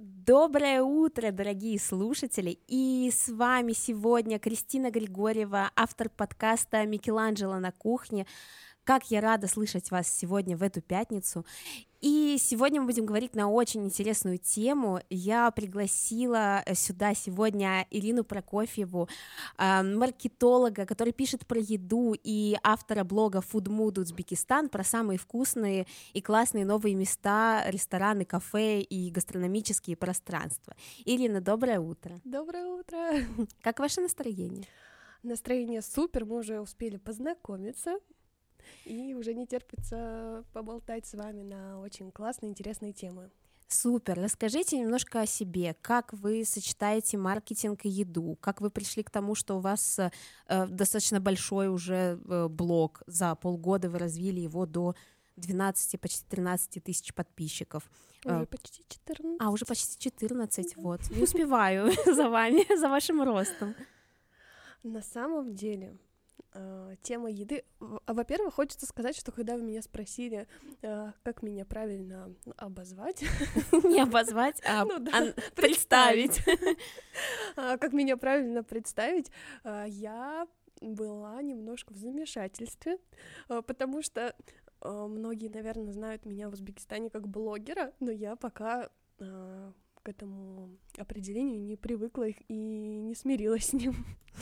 Доброе утро, дорогие слушатели! И с вами сегодня Кристина Григорьева, автор подкаста «Микеланджело на кухне». Как я рада слышать вас сегодня в эту пятницу. И сегодня мы будем говорить на очень интересную тему. Я пригласила сюда сегодня Ирину Прокофьеву, маркетолога, который пишет про еду, и автора блога Food Mood Узбекистан, про самые вкусные и классные новые места, рестораны, кафе и гастрономические пространства. Ирина, доброе утро. Доброе утро. Как ваше настроение? Настроение супер, мы уже успели познакомиться. И уже не терпится поболтать с вами на очень классные, интересные темы. Супер! Расскажите немножко о себе. Как вы сочетаете маркетинг и еду? Как вы пришли к тому, что у вас достаточно большой уже блог? За полгода вы развили его до 12, почти 13 тысяч подписчиков. Уже почти 14. Уже почти 14, вот. Не успеваю за вами, за вашим ростом. На самом деле... Тема еды. Во-первых, хочется сказать, что когда вы меня спросили, как меня правильно обозвать... Не обозвать, а представить. Как меня правильно представить, я была немножко в замешательстве, потому что многие, наверное, знают меня в Узбекистане как блогера, но я пока к этому определению не привыкла и не смирилась с ним.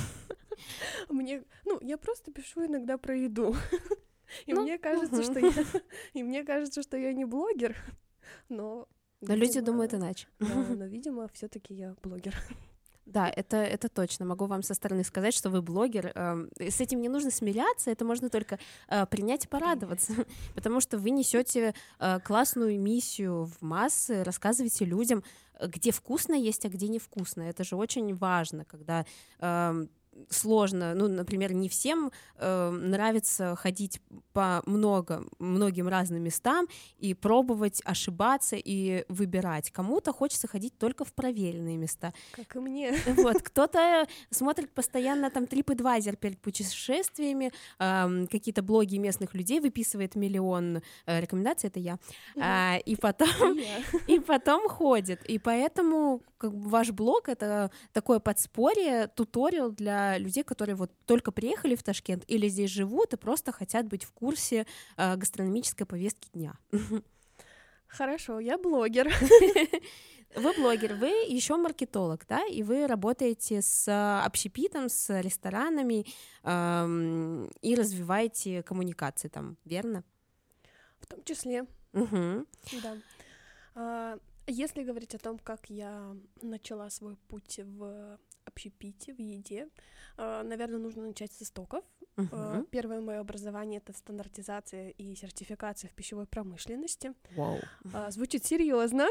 Я просто пишу иногда про еду, мне кажется, что я не блогер, но люди думают иначе. Но, видимо, все-таки я блогер. Да, это точно. Могу вам со стороны сказать, что вы блогер. С этим не нужно смиряться, это можно только принять и порадоваться, потому что вы несете классную миссию в массы, рассказываете людям, где вкусно есть, а где невкусно. Это же очень важно, когда сложно, например, не всем нравится ходить по многим разным местам и пробовать, ошибаться и выбирать. Кому-то хочется ходить только в проверенные места. Как и мне. Вот, кто-то смотрит постоянно там TripAdvisor перед путешествиями, какие-то блоги местных людей, выписывает миллион рекомендаций, это я, и потом ходит. И поэтому ваш блог — это такое подспорье, туториал для людей, которые вот только приехали в Ташкент или здесь живут и просто хотят быть в курсе гастрономической повестки дня. Хорошо, я блогер. Вы блогер, вы еще маркетолог, да, и вы работаете с общепитом, с ресторанами и развиваете коммуникации там, верно? В том числе. Угу. Да. Если говорить о том, как я начала свой путь в общепите, в еде, наверное, нужно начать с истоков. Первое мое образование — это стандартизация и сертификация в пищевой промышленности. Звучит серьезно.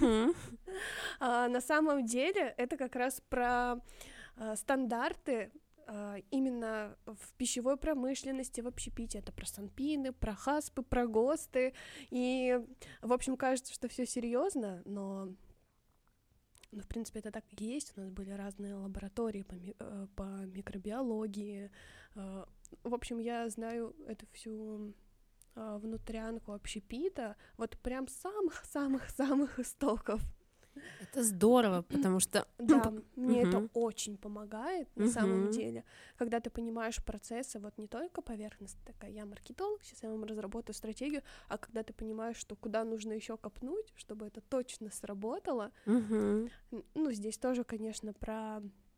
На самом деле это как раз про стандарты именно в пищевой промышленности, в общепите. Это про санпины, про хаспы, про ГОСТы. И, в общем, кажется, что все серьезно, но в принципе, это так и есть. У нас были разные лаборатории по микробиологии. В общем, я знаю эту всю внутрянку общепита вот прям с самых-самых-самых истоков. Это здорово, потому что... Да, мне это очень помогает на самом деле, когда ты понимаешь процессы, вот не только поверхностно, такая, я маркетолог, сейчас я вам разработаю стратегию, а когда ты понимаешь, что куда нужно еще копнуть, чтобы это точно сработало. Здесь тоже, конечно, про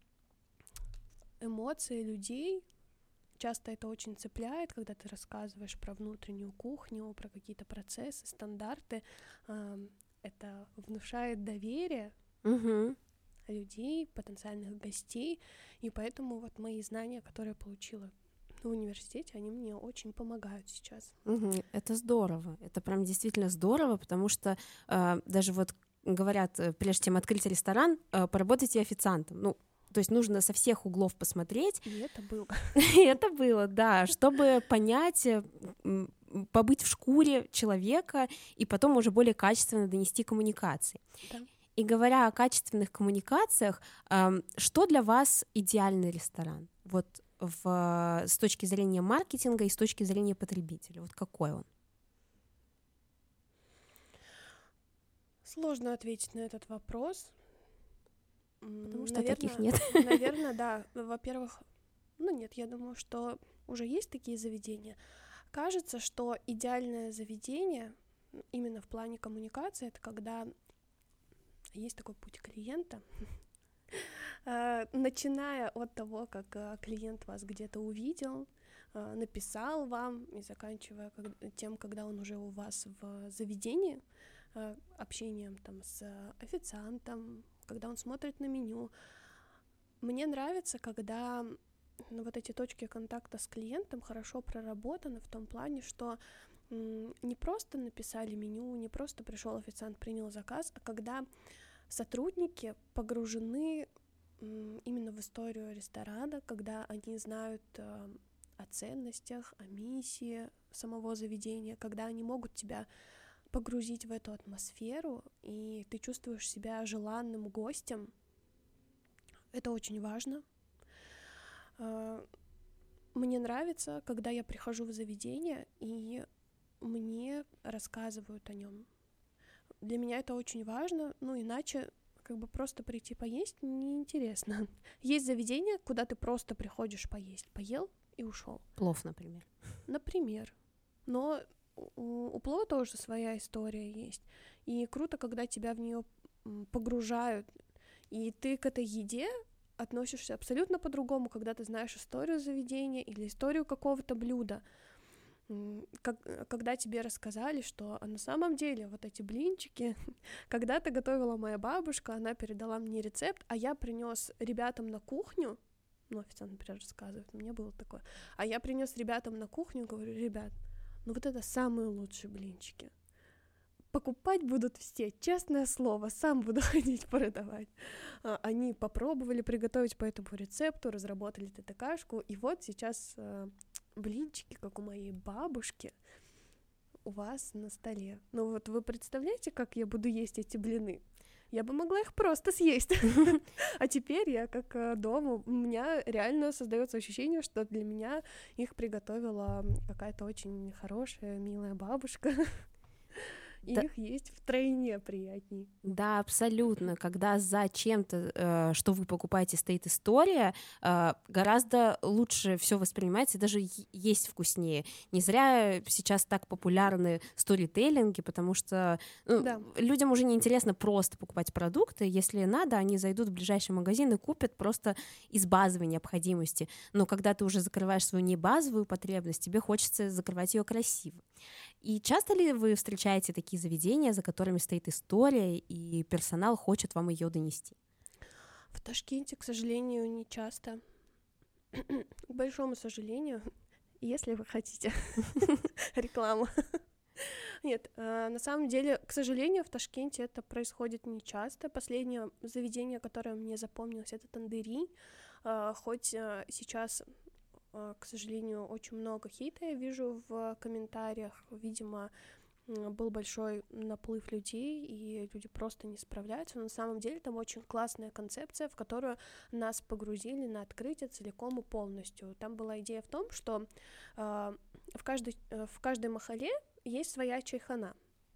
эмоции людей. Часто это очень цепляет, когда ты рассказываешь про внутреннюю кухню, про какие-то процессы, стандарты. Это внушает доверие людей, потенциальных гостей, и поэтому вот мои знания, которые я получила в университете, они мне очень помогают сейчас. Это здорово, это прям действительно здорово, потому что даже вот говорят, прежде чем открыть ресторан, поработайте официантом. То есть нужно со всех углов посмотреть. И это было. Это было, да, чтобы понять, побыть в шкуре человека и потом уже более качественно донести коммуникации. Да. И говоря о качественных коммуникациях, что для вас идеальный ресторан? Вот с точки зрения маркетинга и с точки зрения потребителя, вот какой он? С Сложно ответить на этот вопрос. Потому что таких нет. Наверное, да. Во-первых, нет, я думаю, что уже есть такие заведения. Кажется, что идеальное заведение именно в плане коммуникации — это когда есть такой путь клиента, начиная от того, как клиент вас где-то увидел, написал вам, и заканчивая тем, когда он уже у вас в заведении, общением там с официантом, когда он смотрит на меню. Мне нравится, когда вот эти точки контакта с клиентом хорошо проработаны в том плане, что не просто написали меню, не просто пришел официант, принял заказ, а когда сотрудники погружены именно в историю ресторана, когда они знают о ценностях, о миссии самого заведения, когда они могут тебя погрузить в эту атмосферу, и ты чувствуешь себя желанным гостем. Это очень важно. Мне нравится, когда я прихожу в заведение, и мне рассказывают о нем. Для меня это очень важно, иначе просто прийти поесть неинтересно. Есть заведения, куда ты просто приходишь поесть, поел и ушел. Плов, например. Например. Но у плова тоже своя история есть. И круто, когда тебя в нее погружают, и ты к этой еде относишься абсолютно по-другому, когда ты знаешь историю заведения или историю какого-то блюда. Когда тебе рассказали, что на самом деле вот эти блинчики когда-то готовила моя бабушка, она передала мне рецепт, а я принес ребятам на кухню, официант, например, рассказывает, мне было такое, а я принес ребятам на кухню и говорю: ребят, вот это самые лучшие блинчики. Покупать будут все, честное слово, сам буду ходить продавать. Они попробовали приготовить по этому рецепту, разработали ТТКшку, и вот сейчас блинчики, как у моей бабушки, у вас на столе. Вы представляете, как я буду есть эти блины? Я бы могла их просто съесть. А теперь я как дома, у меня реально создается ощущение, что для меня их приготовила какая-то очень хорошая, милая бабушка. И их есть втройне приятней. Да, абсолютно. Когда за чем-то, что вы покупаете, стоит история, гораздо лучше все воспринимается, и даже есть вкуснее. Не зря сейчас так популярны сторителлинги, потому что людям уже не интересно просто покупать продукты. Если надо, они зайдут в ближайший магазин и купят просто из базовой необходимости. Но когда ты уже закрываешь свою небазовую потребность, тебе хочется закрывать ее красиво. И часто ли вы встречаете такие заведения, за которыми стоит история, и персонал хочет вам ее донести? В Ташкенте, к сожалению, не часто. К большому сожалению, если вы хотите рекламу. Нет, на самом деле, к сожалению, в Ташкенте это происходит не часто. Последнее заведение, которое мне запомнилось, это Тандыри. Хоть сейчас, к сожалению, очень много хейта я вижу в комментариях. Видимо, был большой наплыв людей, и люди просто не справляются. Но на самом деле там очень классная концепция, в которую нас погрузили на открытие целиком и полностью. Там была идея в том, что в каждой махалле есть своя чайхана,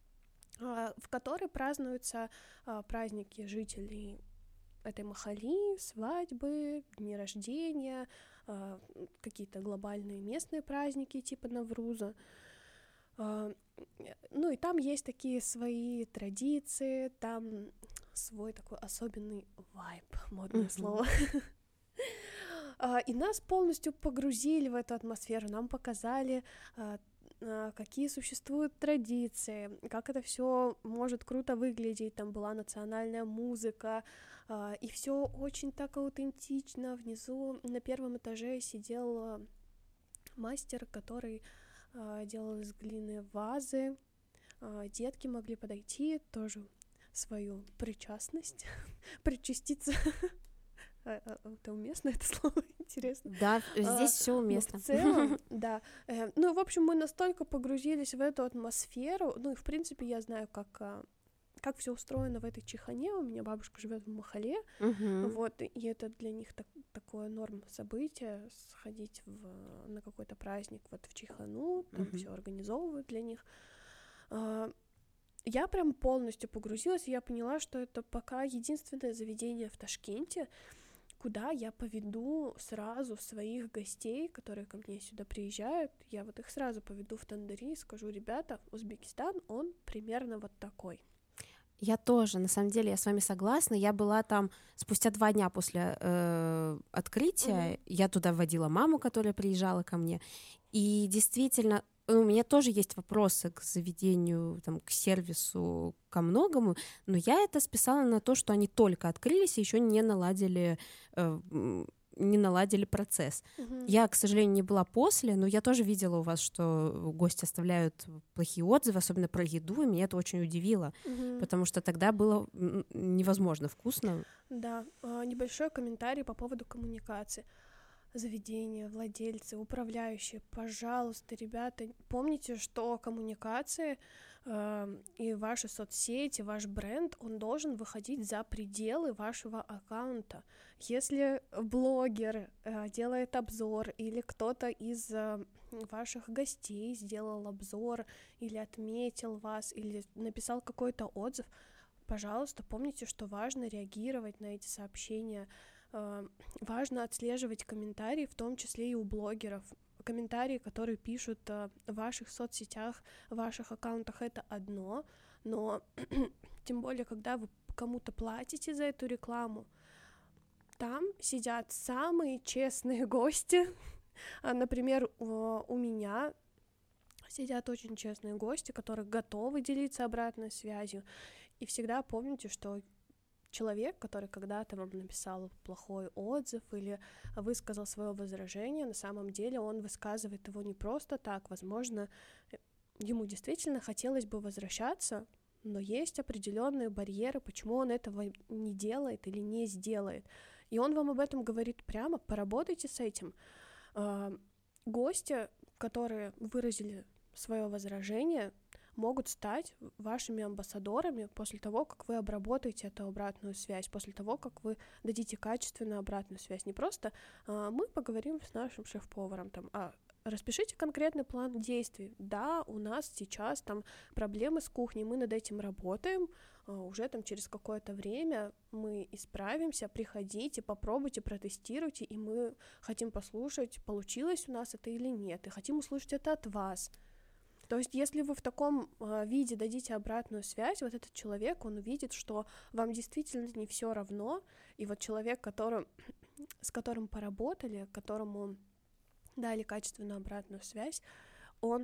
в которой празднуются праздники жителей этой махалли, свадьбы, дни рождения, какие-то глобальные местные праздники типа Навруза. И там есть такие свои традиции, там свой такой особенный вайб, модное слово. И нас полностью погрузили в эту атмосферу, нам показали, какие существуют традиции, как это все может круто выглядеть. Там была национальная музыка, и все очень так аутентично. Внизу на первом этаже сидел мастер, который делал из глины вазы. Детки могли подойти, тоже свою причастность, причаститься. Это уместно, это слово? Интересно. Да, здесь все уместно. В целом, да. В общем, мы настолько погрузились в эту атмосферу. И, в принципе, я знаю, как все устроено в этой чайхане. У меня бабушка живет в махалле. И это для них такое норм событие, сходить на какой-то праздник в чайхану, там все организовывают для них. я прям полностью погрузилась, и я поняла, что это пока единственное заведение в Ташкенте, куда я поведу сразу своих гостей, которые ко мне сюда приезжают. Я вот их сразу поведу в Тандари и скажу: ребята, Узбекистан, он примерно вот такой. Я тоже, на самом деле, я с вами согласна. Я была там спустя 2 дня после открытия. Я туда водила маму, которая приезжала ко мне. И действительно, у меня тоже есть вопросы к заведению, там, к сервису, ко многому, но я это списала на то, что они только открылись и еще не наладили процесс. Я, к сожалению, не была после, но я тоже видела у вас, что гости оставляют плохие отзывы, особенно про еду, и меня это очень удивило, потому что тогда было невозможно вкусно. Да, небольшой комментарий по поводу коммуникации. Заведения, владельцы, управляющие, пожалуйста, ребята, помните, что коммуникации и ваши соцсети, ваш бренд, он должен выходить за пределы вашего аккаунта. Если блогер делает обзор или кто-то из ваших гостей сделал обзор или отметил вас, или написал какой-то отзыв, пожалуйста, помните, что важно реагировать на эти сообщения. Важно отслеживать комментарии, в том числе и у блогеров. Комментарии, которые пишут в ваших соцсетях, в ваших аккаунтах, это одно, но тем более, когда вы кому-то платите за эту рекламу, там сидят самые честные гости. Например, у меня сидят очень честные гости, которые готовы делиться обратной связью. И всегда помните, что человек, который когда-то вам написал плохой отзыв или высказал свое возражение, на самом деле он высказывает его не просто так. Возможно, ему действительно хотелось бы возвращаться, но есть определенные барьеры, почему он этого не делает или не сделает. И он вам об этом говорит прямо: поработайте с этим. Гости, которые выразили свое возражение, могут стать вашими амбассадорами после того, как вы обработаете эту обратную связь, после того, как вы дадите качественную обратную связь. Не просто мы поговорим с нашим шеф-поваром, там, распишите конкретный план действий. Да, у нас сейчас там проблемы с кухней, мы над этим работаем, уже там через какое-то время мы исправимся, приходите, попробуйте, протестируйте, и мы хотим послушать, получилось у нас это или нет, и хотим услышать это от вас. То есть, если вы в таком виде дадите обратную связь, вот этот человек, он увидит, что вам действительно не все равно, и вот человек, с которым поработали, которому дали качественную обратную связь, он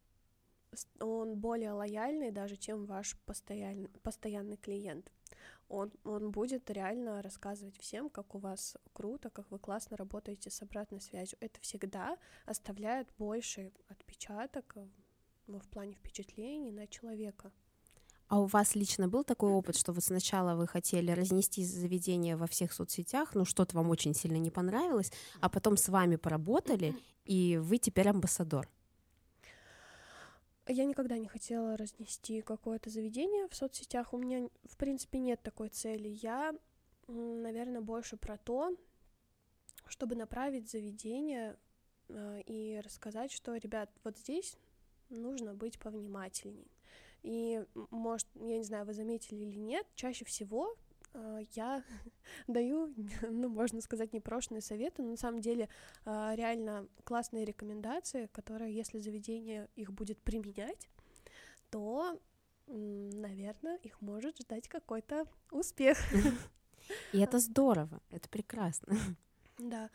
более лояльный даже, чем ваш постоянный клиент. Он будет реально рассказывать всем, как у вас круто, как вы классно работаете с обратной связью. Это всегда оставляет больший отпечаток в плане впечатлений на человека. А у вас лично был такой опыт, что вот сначала вы хотели разнести заведение во всех соцсетях, ну что-то вам очень сильно не понравилось, а потом с вами поработали, и вы теперь амбассадор? Я никогда не хотела разнести какое-то заведение в соцсетях. У меня, в принципе, нет такой цели. Я, наверное, больше про то, чтобы направить заведение и рассказать, что, ребят, вот здесь нужно быть повнимательней. И, может, я не знаю, вы заметили или нет, чаще всего я даю, ну, можно сказать, непрошенные советы, но на самом деле реально классные рекомендации, которые, если заведение их будет применять, то, наверное, их может ждать какой-то успех. И это здорово, это прекрасно. Да.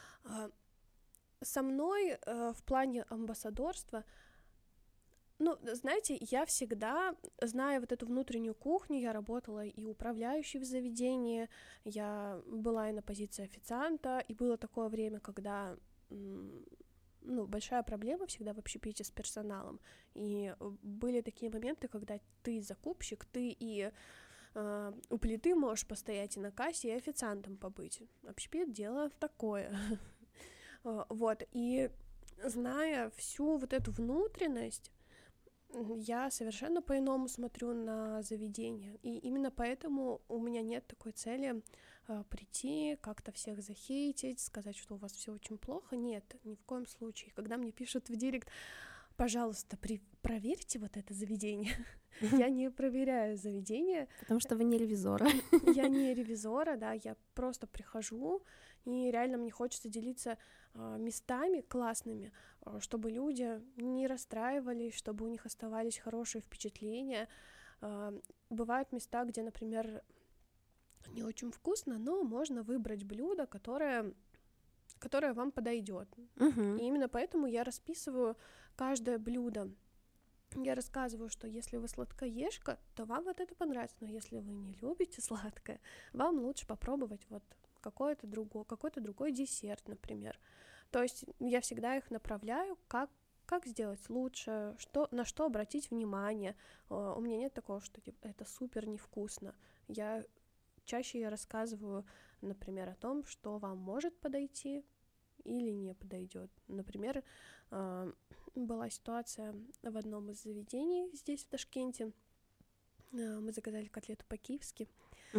Со мной в плане амбассадорства, ну, знаете, я всегда, зная вот эту внутреннюю кухню, я работала и управляющей в заведении, я была и на позиции официанта, и было такое время, когда, ну, большая проблема всегда в общепите с персоналом, и были такие моменты, когда ты закупщик, ты и у плиты можешь постоять и на кассе, и официантом побыть. Общепит — дело такое. Вот, и зная всю вот эту внутренность, я совершенно по-иному смотрю на заведение, и именно поэтому у меня нет такой цели прийти, как-то всех захейтить, сказать, что у вас все очень плохо. Нет, ни в коем случае. Когда мне пишут в директ: пожалуйста, проверьте вот это заведение. Я не проверяю заведение. Потому что вы не ревизора. Я не ревизора, да, я просто прихожу, и реально мне хочется делиться местами классными, чтобы люди не расстраивались, чтобы у них оставались хорошие впечатления. Бывают места, где, например, не очень вкусно, но можно выбрать блюдо, которое вам подойдет. И именно поэтому я расписываю каждое блюдо. Я рассказываю, что если вы сладкоежка, то вам вот это понравится, но если вы не любите сладкое, вам лучше попробовать вот какой-то другой десерт, например. То есть я всегда их направляю, как сделать лучше, на что обратить внимание. У меня нет такого, что типа, это супер невкусно. Чаще я рассказываю, например, о том, что вам может подойти или не подойдет. Например, была ситуация в одном из заведений здесь, в Ташкенте. Мы заказали котлету по-киевски.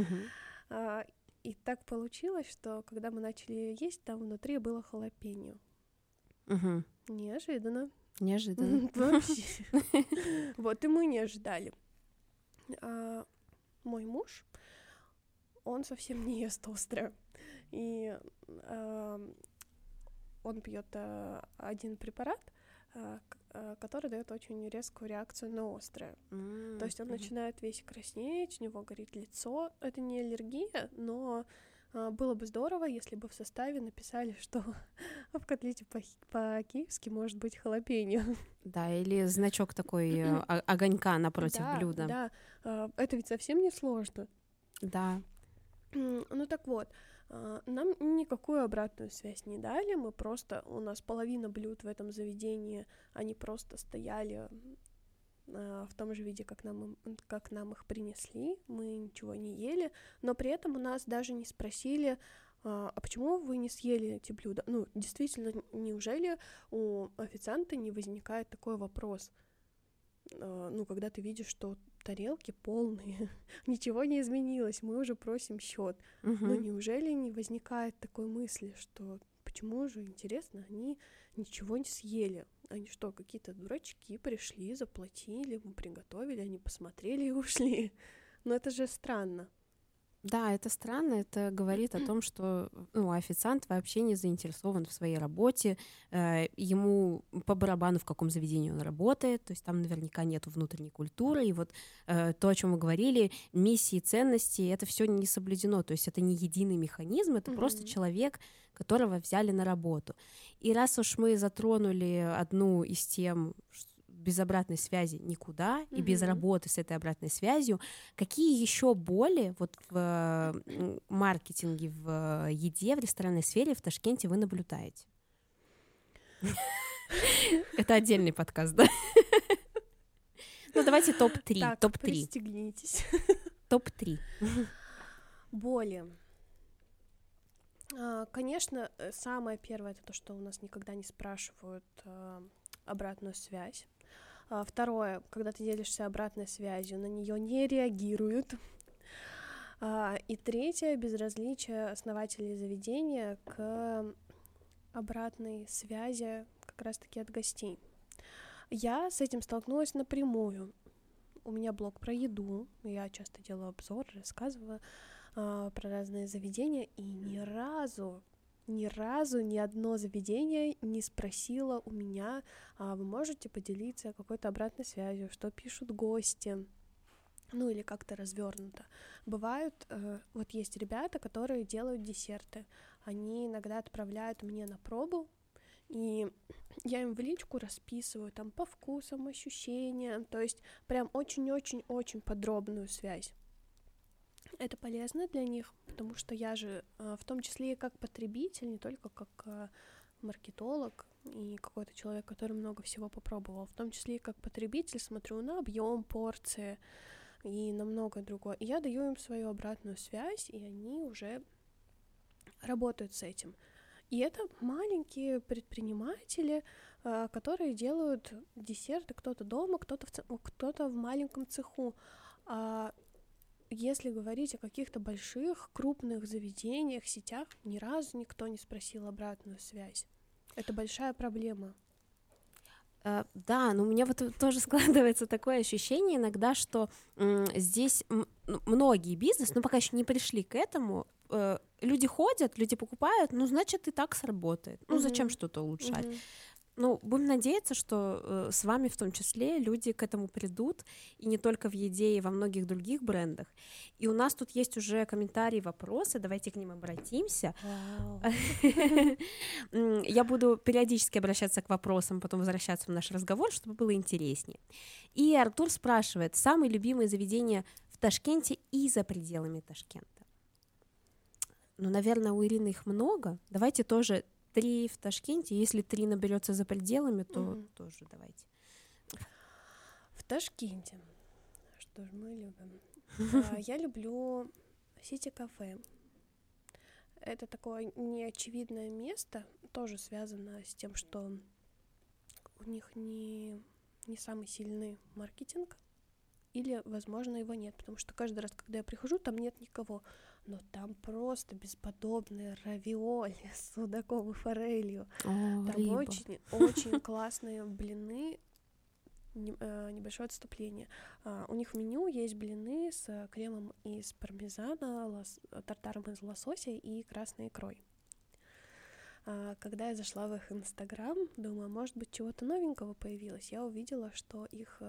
И так получилось, что когда мы начали есть, там внутри было халапеньо. Неожиданно. Вообще. Вот и мы не ожидали. Мой муж, он совсем не ест острое. И он пьет один препарат, который дает очень резкую реакцию на острое. То есть он начинает весь краснеть, у него горит лицо. Это не аллергия, но было бы здорово, если бы в составе написали, что в котлете по-киевски может быть халапеньо. Да, или значок такой огонька напротив блюда. Да, это ведь совсем не сложно. Да. Ну так вот, нам никакую обратную связь не дали, у нас половина блюд в этом заведении, они просто стояли в том же виде, как нам их принесли, мы ничего не ели, но при этом у нас даже не спросили, а почему вы не съели эти блюда? Ну, действительно, неужели у официанта не возникает такой вопрос? Когда ты видишь, что тарелки полные, ничего не изменилось, мы уже просим счет. Но неужели не возникает такой мысли, что почему же, интересно, они ничего не съели? Они что, какие-то дурачки пришли, заплатили, мы приготовили, они посмотрели и ушли. Но это же странно. Да, это странно, это говорит о том, что официант вообще не заинтересован в своей работе, ему по барабану, в каком заведении он работает, то есть там наверняка нету внутренней культуры, и вот то, о чем мы говорили, миссии, ценности, это все не соблюдено, то есть это не единый механизм, это просто человек, которого взяли на работу. И раз уж мы затронули одну из тем, без обратной связи никуда, и без работы с этой обратной связью, какие еще боли вот в маркетинге, в еде, в ресторанной сфере в Ташкенте вы наблюдаете? Это отдельный подкаст, да? Ну, давайте топ-3. Так, топ-3. Пристегнитесь. Топ-3. Боли. Конечно, самое первое — это то, что у нас никогда не спрашивают обратную связь. Второе, когда ты делишься обратной связью, на нее не реагируют. И третье, безразличие основателей заведения к обратной связи как раз-таки от гостей. Я с этим столкнулась напрямую. У меня блог про еду, я часто делаю обзоры, рассказываю про разные заведения, и ни разу ни одно заведение не спросило у меня, вы можете поделиться какой-то обратной связью, что пишут гости, или как-то развернуто. Бывают, вот есть ребята, которые делают десерты, они иногда отправляют мне на пробу, и я им в личку расписываю там по вкусам, ощущениям, то есть прям очень-очень-очень подробную связь. Это полезно для них, потому что я же в том числе и как потребитель, не только как маркетолог и какой-то человек, который много всего попробовал, в том числе и как потребитель смотрю на объем порции и на многое другое. И я даю им свою обратную связь, и они уже работают с этим. И это маленькие предприниматели, которые делают десерты, кто-то дома, кто-то в маленьком цеху. Если говорить о каких-то больших, крупных заведениях, сетях, ни разу никто не спросил обратную связь. Это большая проблема. Да, но у меня вот тоже складывается такое ощущение иногда, что здесь многие бизнесы, но пока еще не пришли к этому, люди ходят, люди покупают, ну, значит, и так сработает. Ну, зачем что-то улучшать? Ну, будем надеяться, что с вами в том числе люди к этому придут, и не только в еде, и во многих других брендах. И у нас тут есть уже комментарии, вопросы, давайте к ним обратимся. Я буду периодически обращаться к вопросам, потом возвращаться в наш разговор, чтобы было интереснее. И Артур спрашивает, самые любимые заведения в Ташкенте и за пределами Ташкента? Ну, наверное, у Ирины их много. Давайте тоже 3 в Ташкенте. Если 3 наберется за пределами, то тоже давайте. В Ташкенте. Что ж мы любим? Я люблю Сити-кафе. Это такое неочевидное место, тоже связано с тем, что у них не самый сильный маркетинг, или, возможно, его нет, потому что каждый раз, когда я прихожу, там нет никого, но там просто бесподобные равиоли с судаком и форелью. Там очень классные блины. Небольшое отступление. У них в меню есть блины с кремом из пармезана, тартаром из лосося и красной икрой. Когда я зашла в их Инстаграм, думаю, может быть, чего-то новенького появилось, я увидела, что их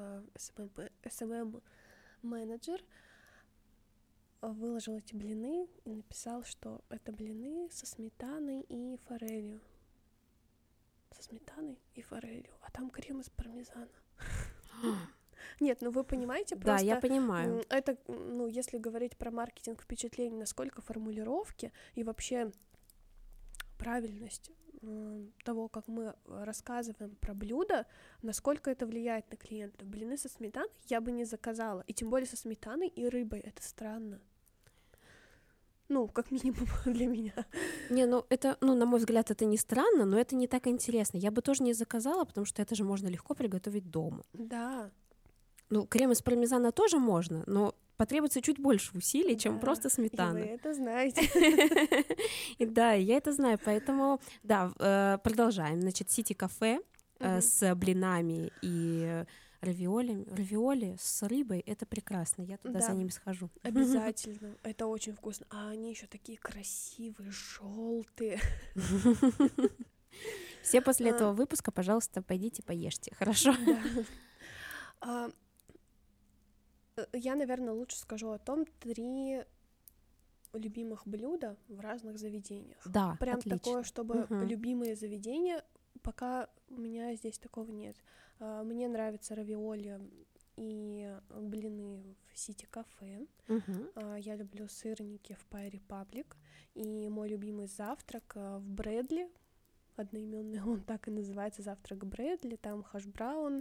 SMM-менеджер выложил эти блины и написал, что это блины со сметаной и форелью. Со сметаной и форелью, а там крем из пармезана. Нет, ну вы понимаете, просто... Да, я понимаю. Это, ну, если говорить про маркетинг впечатлений, насколько формулировки и вообще правильность того, как мы рассказываем про блюдо, насколько это влияет на клиента. Блины со сметаной я бы не заказала, и тем более со сметаной и рыбой, это странно. Ну, как минимум для меня. Не, ну это, ну, на мой взгляд, это не странно, но это не так интересно. Я бы тоже не заказала, потому что это же можно легко приготовить дома. Да. Ну, крем из пармезана тоже можно, но потребуется чуть больше усилий, чем просто сметана. И вы это знаете. Да, я это знаю, поэтому, да, продолжаем. Значит, Сити-кафе с блинами и равиоли с рыбой, это прекрасно, я туда за ними схожу. Обязательно, это очень вкусно. А они еще такие красивые, желтые. Все после этого выпуска, пожалуйста, пойдите поешьте, хорошо? Я, наверное, лучше скажу о том 3 любимых блюда в разных заведениях. Да, прям отлично. Такое, чтобы любимые заведения, пока у меня здесь такого нет. Мне нравятся равиоли и блины в Сити-кафе. Я люблю сырники в Pie Republic. И мой любимый завтрак в Брэдли, одноименный, он так и называется, завтрак Брэдли. Там хэш-браун,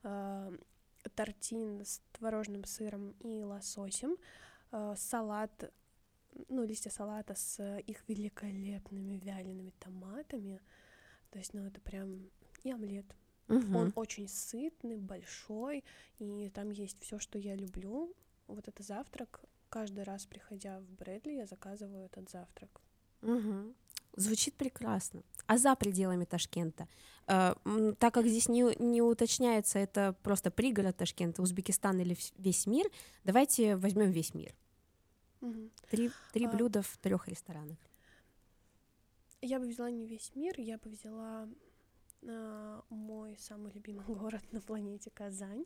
тортин с творожным сыром и лососем, салат, ну, листья салата с их великолепными вялеными томатами. То есть, ну, это прям и омлет. Он очень сытный, большой, и там есть все, что я люблю. Вот это завтрак. Каждый раз, приходя в Брэдли, я заказываю этот завтрак. Звучит прекрасно. А за пределами Ташкента? Так как здесь не уточняется, это просто пригород Ташкента, Узбекистан или весь мир, давайте возьмем весь мир. 3 блюда в 3 ресторанах. Я бы взяла не весь мир, я бы взяла мой самый любимый город на планете Казань.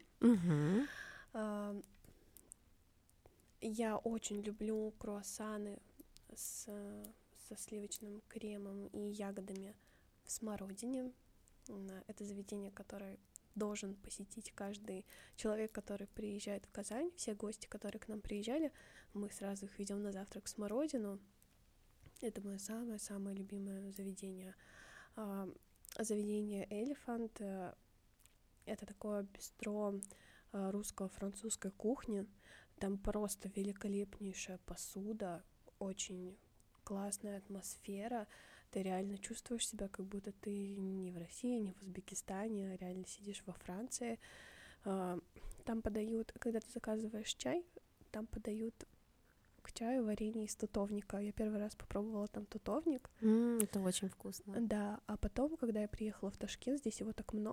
Я очень люблю круассаны со сливочным кремом и ягодами в смородине. Это заведение, которое должен посетить каждый человек, который приезжает в Казань. Все гости, которые к нам приезжали, мы сразу их ведем на завтрак в смородину. Это мое самое-самое любимое заведение. Заведение «Элефант» — это такое бистро русско-французской кухни. Там просто великолепнейшая посуда, очень классная атмосфера. Ты реально чувствуешь себя, как будто ты не в России, не в Узбекистане, а реально сидишь во Франции. Там подают, когда ты заказываешь чай, там подают к чаю варенье из тутовника. Я первый раз попробовала там тутовник. Это очень вкусно. Да, а потом, когда я приехала в Ташкент, здесь его так много,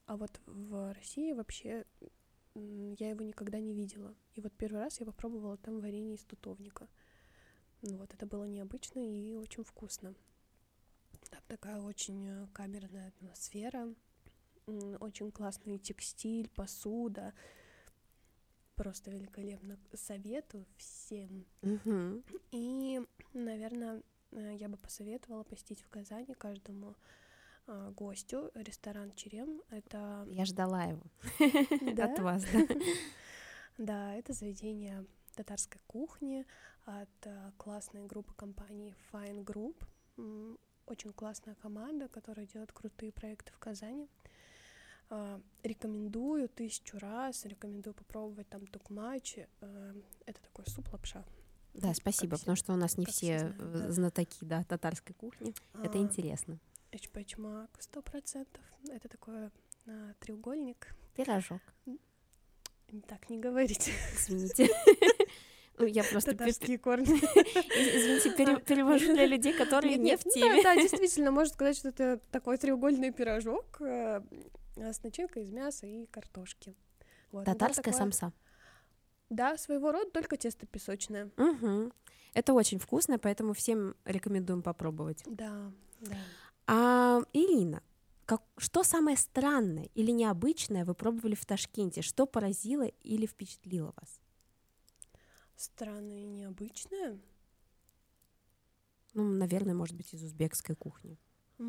А вот в России вообще я его никогда не видела. И вот первый раз я попробовала там варенье из тутовника. Вот, это было необычно и очень вкусно. Там такая очень камерная атмосфера, очень классный текстиль, посуда. Просто великолепно. Советую всем. И, наверное, я бы посоветовала посетить в Казани каждому гостю ресторан «Черем». Это... Я ждала его Да? от вас, да. Да, это заведение татарской кухни от классной группы компаний Fine Group. Очень классная команда, которая делает крутые проекты в Казани. Рекомендую 1000 раз, рекомендую попробовать там тукмачи. Это такой суп-лапша. Да, спасибо, потому что у нас не все знатоки, да, татарской кухни. Это интересно. Эчпачмак 100%. Это такой треугольник. Пирожок. Так не говорите. Извините. Я просто... Татарские корни. Извините, перевожу для людей, которые не в теме. Да, действительно, можно сказать, что это такой треугольный пирожок с начинкой из мяса и картошки. Татарская самса. Да, своего рода, только тесто песочное. Это очень вкусно, поэтому всем рекомендуем попробовать. Да, да. Ирина, что самое странное или необычное вы пробовали в Ташкенте? Что поразило или впечатлило вас? Странное и необычное? Ну, наверное, может быть, из узбекской кухни.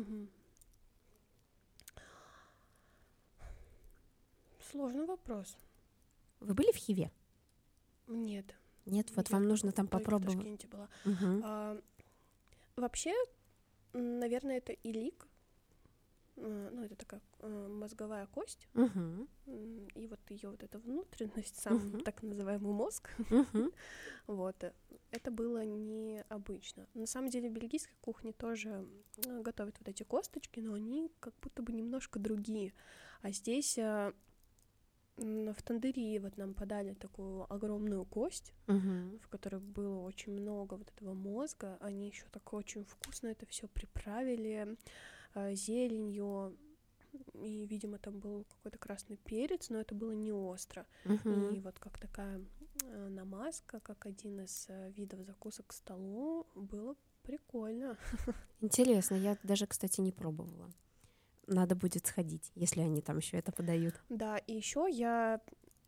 Сложный вопрос. Вы были в Хиве? Нет. Нет, вот вам нужно там попробовать. В Ташкенте была. Вообще, наверное, это илик. Ну, это такая мозговая кость. И вот ее вот эта внутренность, сам так называемый мозг. Вот. Это было необычно. На самом деле в бельгийской кухне тоже готовят вот эти косточки, но они как будто бы немножко другие. А здесь в тандыре вот нам подали такую огромную кость, в которой было очень много вот этого мозга. Они еще так очень вкусно это все приправили зеленью, и, видимо, там был какой-то красный перец, но это было не остро. И вот как такая намазка, как один из видов закусок к столу, было прикольно. Интересно, я даже, кстати, не пробовала. Надо будет сходить, если они там еще это подают. Да, и еще я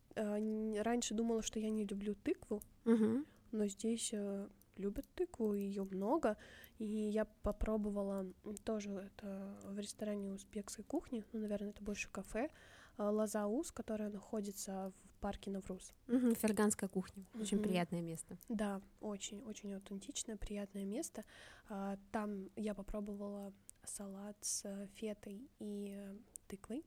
раньше думала, что я не люблю тыкву, но здесь любят тыкву, ее много. И я попробовала тоже это в ресторане узбекской кухни, ну, наверное, это больше кафе, Лазауз, которая находится в парке Навруз. Ферганская кухня. Очень приятное место. Да, очень аутентичное, приятное место. Там я попробовала салат с фетой и тыквой.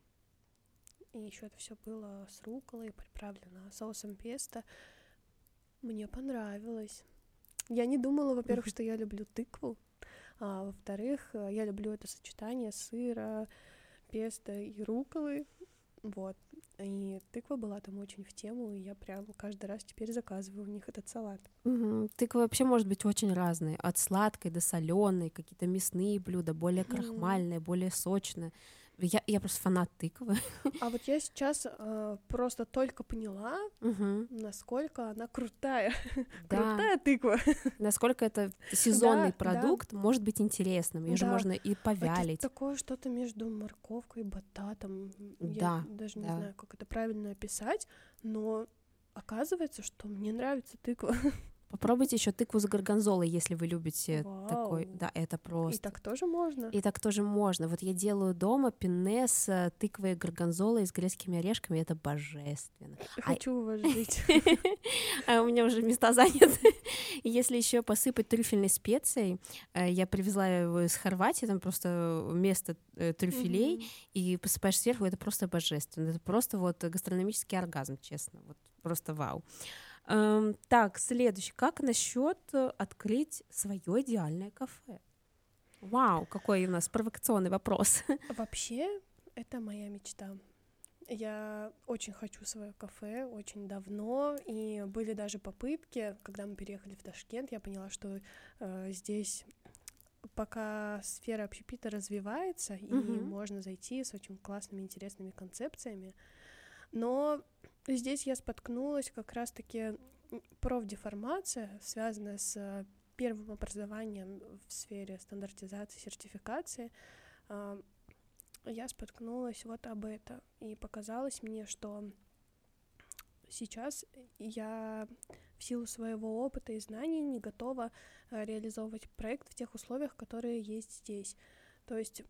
И еще это все было с рукколой, приправлено соусом песто. Мне понравилось. Я не думала, во-первых, что я люблю тыкву, а во-вторых, я люблю это сочетание сыра, песто и рукколы. Вот. И тыква была там очень в тему, и я прям каждый раз теперь заказываю у них этот салат. Тыква вообще может быть очень разной, от сладкой до соленой, какие-то мясные блюда, более крахмальные, более сочные. Я просто фанат тыквы. А вот я сейчас просто только поняла, насколько она крутая. Крутая тыква. Насколько это сезонный продукт может быть интересным. Ее же можно и повялить. Это такое что-то между морковкой и бататом. Я даже не знаю, как это правильно описать, но оказывается, что мне нравится тыква. Попробуйте еще тыкву с горгонзолой, если вы любите такой. Да, это просто. И так тоже можно? И так тоже можно. Вот я делаю дома пенне с тыквой и горгонзолой, с грецкими орешками, это божественно. Хочу у вас жить. А у меня уже места заняты. Если еще посыпать трюфельной специей, я привезла его из Хорватии, там просто место трюфелей, и посыпаешь сверху, это просто божественно. Это просто вот гастрономический оргазм, честно. Вот просто вау. Так, следующий. Как насчет открыть свое идеальное кафе? Вау, какой у нас провокационный вопрос. Вообще, это моя мечта. Я очень хочу свое кафе, очень давно, и были даже попытки, когда мы переехали в Ташкент, я поняла, что здесь пока сфера общепита развивается, и можно зайти с очень классными, интересными концепциями. Но здесь я споткнулась как раз-таки профдеформация, связанная с первым образованием в сфере стандартизации, сертификации. Я споткнулась вот об этом, и показалось мне, что сейчас я в силу своего опыта и знаний не готова реализовывать проект в тех условиях, которые есть здесь. То есть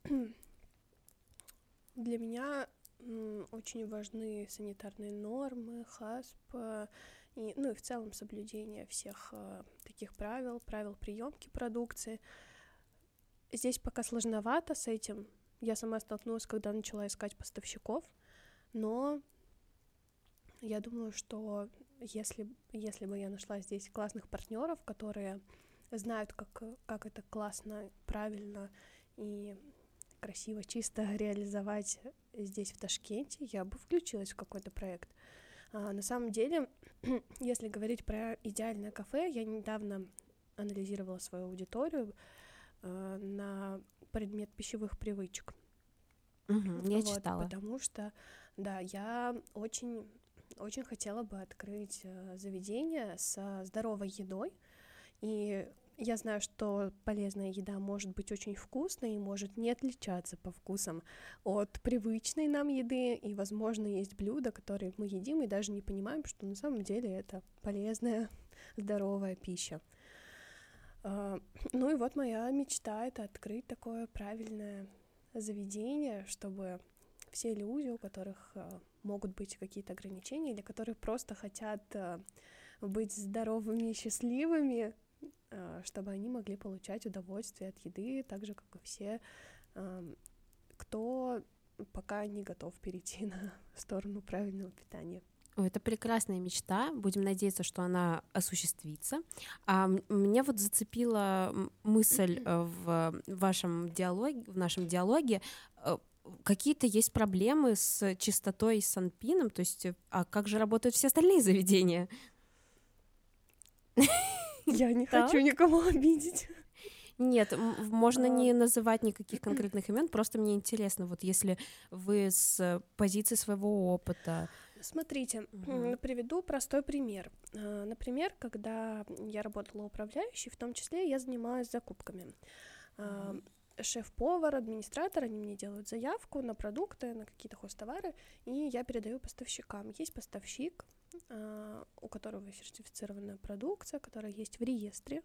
для меня очень важны санитарные нормы, ХАСП, и в целом соблюдение всех таких правил приемки продукции. Здесь пока сложновато с этим. Я сама столкнулась, когда начала искать поставщиков, но я думаю, что если бы я нашла здесь классных партнеров, которые знают, как это классно, правильно и красиво, чисто реализовать здесь, в Ташкенте, я бы включилась в какой-то проект. На самом деле, если говорить про идеальное кафе, я недавно анализировала свою аудиторию на предмет пищевых привычек. Я читала. Потому что, да, я очень хотела бы открыть заведение со здоровой едой, и я знаю, что полезная еда может быть очень вкусной и может не отличаться по вкусам от привычной нам еды, и, возможно, есть блюда, которые мы едим и даже не понимаем, что на самом деле это полезная, здоровая пища. И вот моя мечта — это открыть такое правильное заведение, чтобы все люди, у которых могут быть какие-то ограничения или которые просто хотят быть здоровыми и счастливыми, чтобы они могли получать удовольствие от еды, так же, как и все, кто пока не готов перейти на сторону правильного питания. Это прекрасная мечта. Будем надеяться, что она осуществится. Меня вот зацепила мысль в нашем диалоге. Какие-то есть проблемы с чистотой и санпином, то есть, а как же работают все остальные заведения? Я не хочу никого обидеть. Нет, можно не называть никаких конкретных имен, просто мне интересно, вот если вы с позиции своего опыта... Смотрите, приведу простой пример. Например, когда я работала управляющей, в том числе я занималась закупками. Шеф-повар, администратор, они мне делают заявку на продукты, на какие-то хозтовары, и я передаю поставщикам. Есть поставщик, у которого сертифицированная продукция, которая есть в реестре.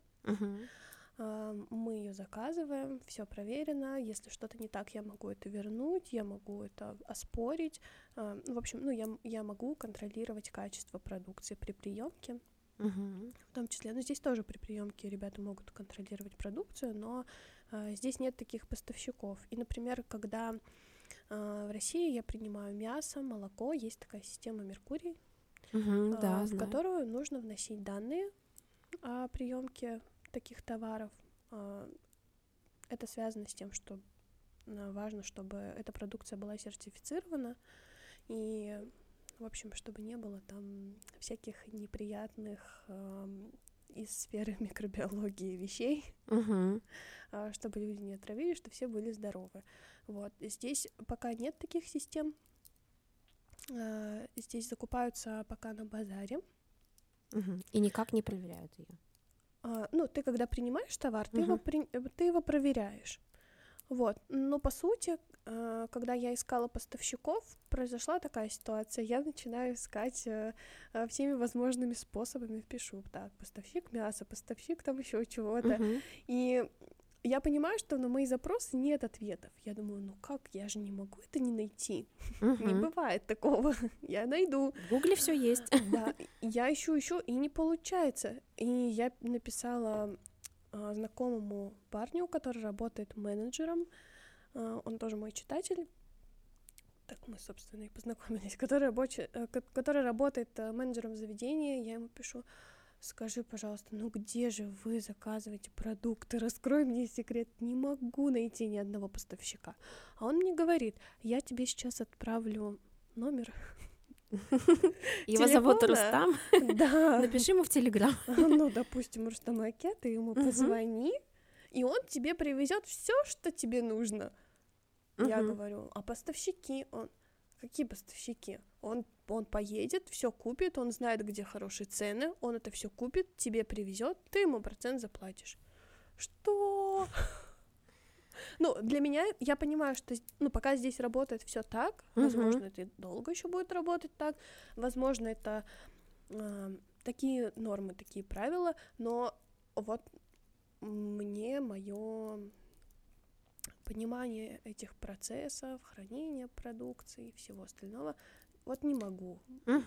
Мы ее заказываем, все проверено. Если что-то не так, я могу это вернуть, я могу это оспорить. В общем, я могу контролировать качество продукции при приемке. В том числе, здесь тоже при приемке ребята могут контролировать продукцию, но здесь нет таких поставщиков. И, например, когда в России я принимаю мясо, молоко, есть такая система Меркурий, в которую нужно вносить данные о приемке таких товаров. Это связано с тем, что важно, чтобы эта продукция была сертифицирована, и, в общем, чтобы не было там всяких неприятных из сферы микробиологии вещей, чтобы люди не отравились, чтобы все были здоровы. Вот. Здесь пока нет таких систем. Здесь закупаются пока на базаре. И никак не проверяют ее. Ты когда принимаешь товар, ты его проверяешь. Вот. Но по сути, когда я искала поставщиков, произошла такая ситуация. Я начинаю искать всеми возможными способами. Пишу, так, поставщик мяса, поставщик там еще чего-то. И я понимаю, что на мои запросы нет ответов. Я думаю, как, я же не могу это не найти. Не бывает такого. Я найду. В Гугле все есть. Да, я ищу, и не получается. И я написала знакомому парню, который работает менеджером. Он тоже мой читатель. Так мы, собственно, и познакомились. Который работает менеджером в заведении. Я ему пишу: скажи, пожалуйста, где же вы заказываете продукты? Раскрой мне секрет. Не могу найти ни одного поставщика. А он мне говорит: я тебе сейчас отправлю номер. Его зовут Рустам? Да. Напиши ему в Телеграм. Допустим, Рустам Акет, ты ему позвони и он тебе привезет все, что тебе нужно. Я говорю, а поставщики? Какие поставщики? Он поедет, все купит, он знает, где хорошие цены, он это все купит, тебе привезет, ты ему процент заплатишь. Что? Ну, для меня, я понимаю, что, пока здесь работает все так, возможно, это и долго еще будет работать так, возможно, это такие нормы, такие правила, но вот мне мое понимание этих процессов, хранения продукции и всего остального, вот не могу.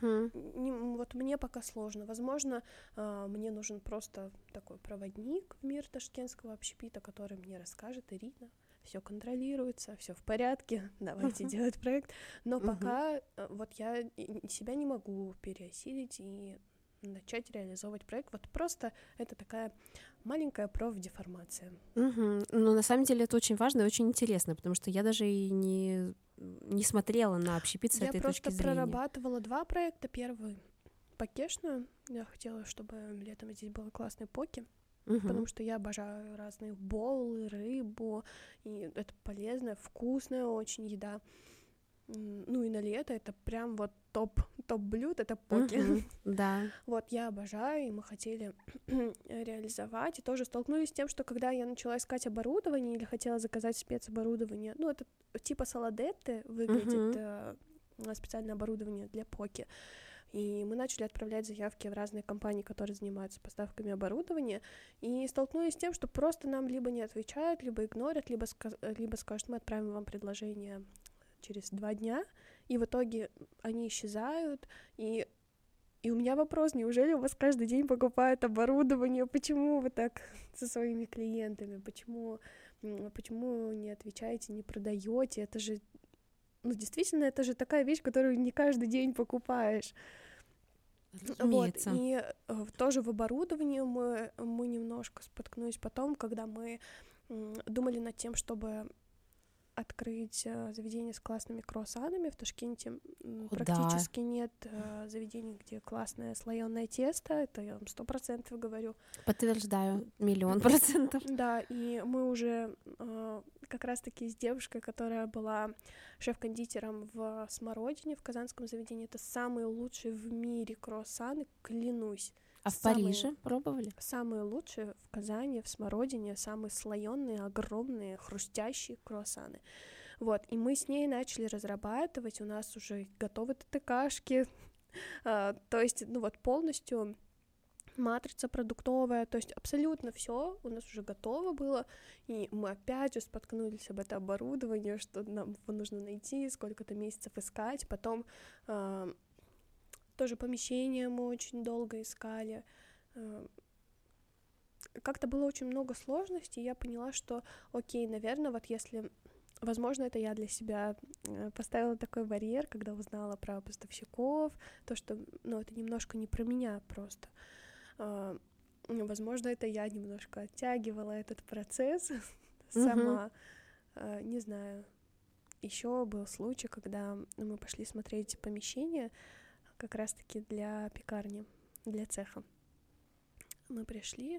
Вот мне пока сложно. Возможно, мне нужен просто такой проводник в мир ташкентского общепита, который мне расскажет: Ирина, все контролируется, все в порядке, давайте делать проект. Но пока вот я себя не могу переосилить и начать реализовывать проект. Вот просто это такая маленькая профдеформация. Но на самом деле это очень важно и очень интересно, потому что я даже и не смотрела на общепит с этой точки зрения. Я просто прорабатывала 2 проекта. Первый покешную. Я хотела, чтобы летом здесь было классное поки, потому что я обожаю разные боулы, рыбу, и это полезная, вкусная очень еда. Ну и на лето это прям вот топ блюд, это поки. Да. Вот, я обожаю, и мы хотели реализовать, и тоже столкнулись с тем, что когда я начала искать оборудование или хотела заказать спецоборудование, это типа саладетты выглядит, специальное оборудование для поки, и мы начали отправлять заявки в разные компании, которые занимаются поставками оборудования, и столкнулись с тем, что просто нам либо не отвечают, либо игнорят, либо скажут: мы отправим вам предложение через 2 дня, и в итоге они исчезают, и у меня вопрос: неужели у вас каждый день покупают оборудование? Почему вы так со своими клиентами? Почему не отвечаете, не продаете? Это же, действительно, это же такая вещь, которую не каждый день покупаешь. Разумеется. Вот, и тоже в оборудовании мы немножко споткнулись потом, когда мы думали над тем, чтобы открыть заведение с классными круассанами. В Ташкенте практически нет заведений, где классное слоёное тесто. Это я вам 100% говорю. Подтверждаю, 1,000,000%. Да, и мы уже как раз-таки с девушкой, которая была шеф-кондитером в Смородине, в казанском заведении, это самые лучшие в мире круассаны, клянусь. А в Париже пробовали? Самые лучшие в Казани, в Смородине, самые слоёные, огромные, хрустящие круассаны. Вот, и мы с ней начали разрабатывать, у нас уже готовы ТТКшки, то есть, полностью матрица продуктовая, то есть абсолютно все у нас уже готово было, и мы опять же споткнулись об это оборудование, что нам его нужно найти, сколько-то месяцев искать, потом тоже помещение мы очень долго искали. Как-то было очень много сложностей, и я поняла, что окей, наверное, вот если... Возможно, это я для себя поставила такой барьер, когда узнала про поставщиков, то, что, это немножко не про меня просто. Возможно, это я немножко оттягивала этот процесс сама. Не знаю. Еще был случай, когда мы пошли смотреть помещение, как раз-таки для пекарни, для цеха. Мы пришли,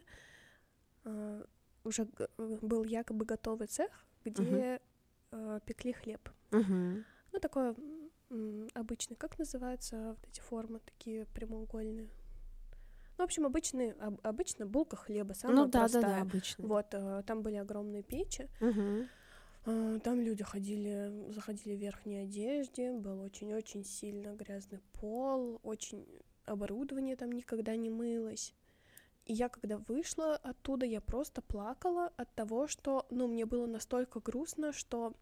уже был якобы готовый цех, где пекли хлеб. Такой обычный, как называются вот эти формы, такие прямоугольные? В общем, обычно булка хлеба, самая простая. Да, обычно. Вот, там были огромные печи. Там люди заходили в верхней одежде, был очень-очень сильно грязный пол, оборудование там никогда не мылось. И я, когда вышла оттуда, я просто плакала от того, что, мне было настолько грустно, что,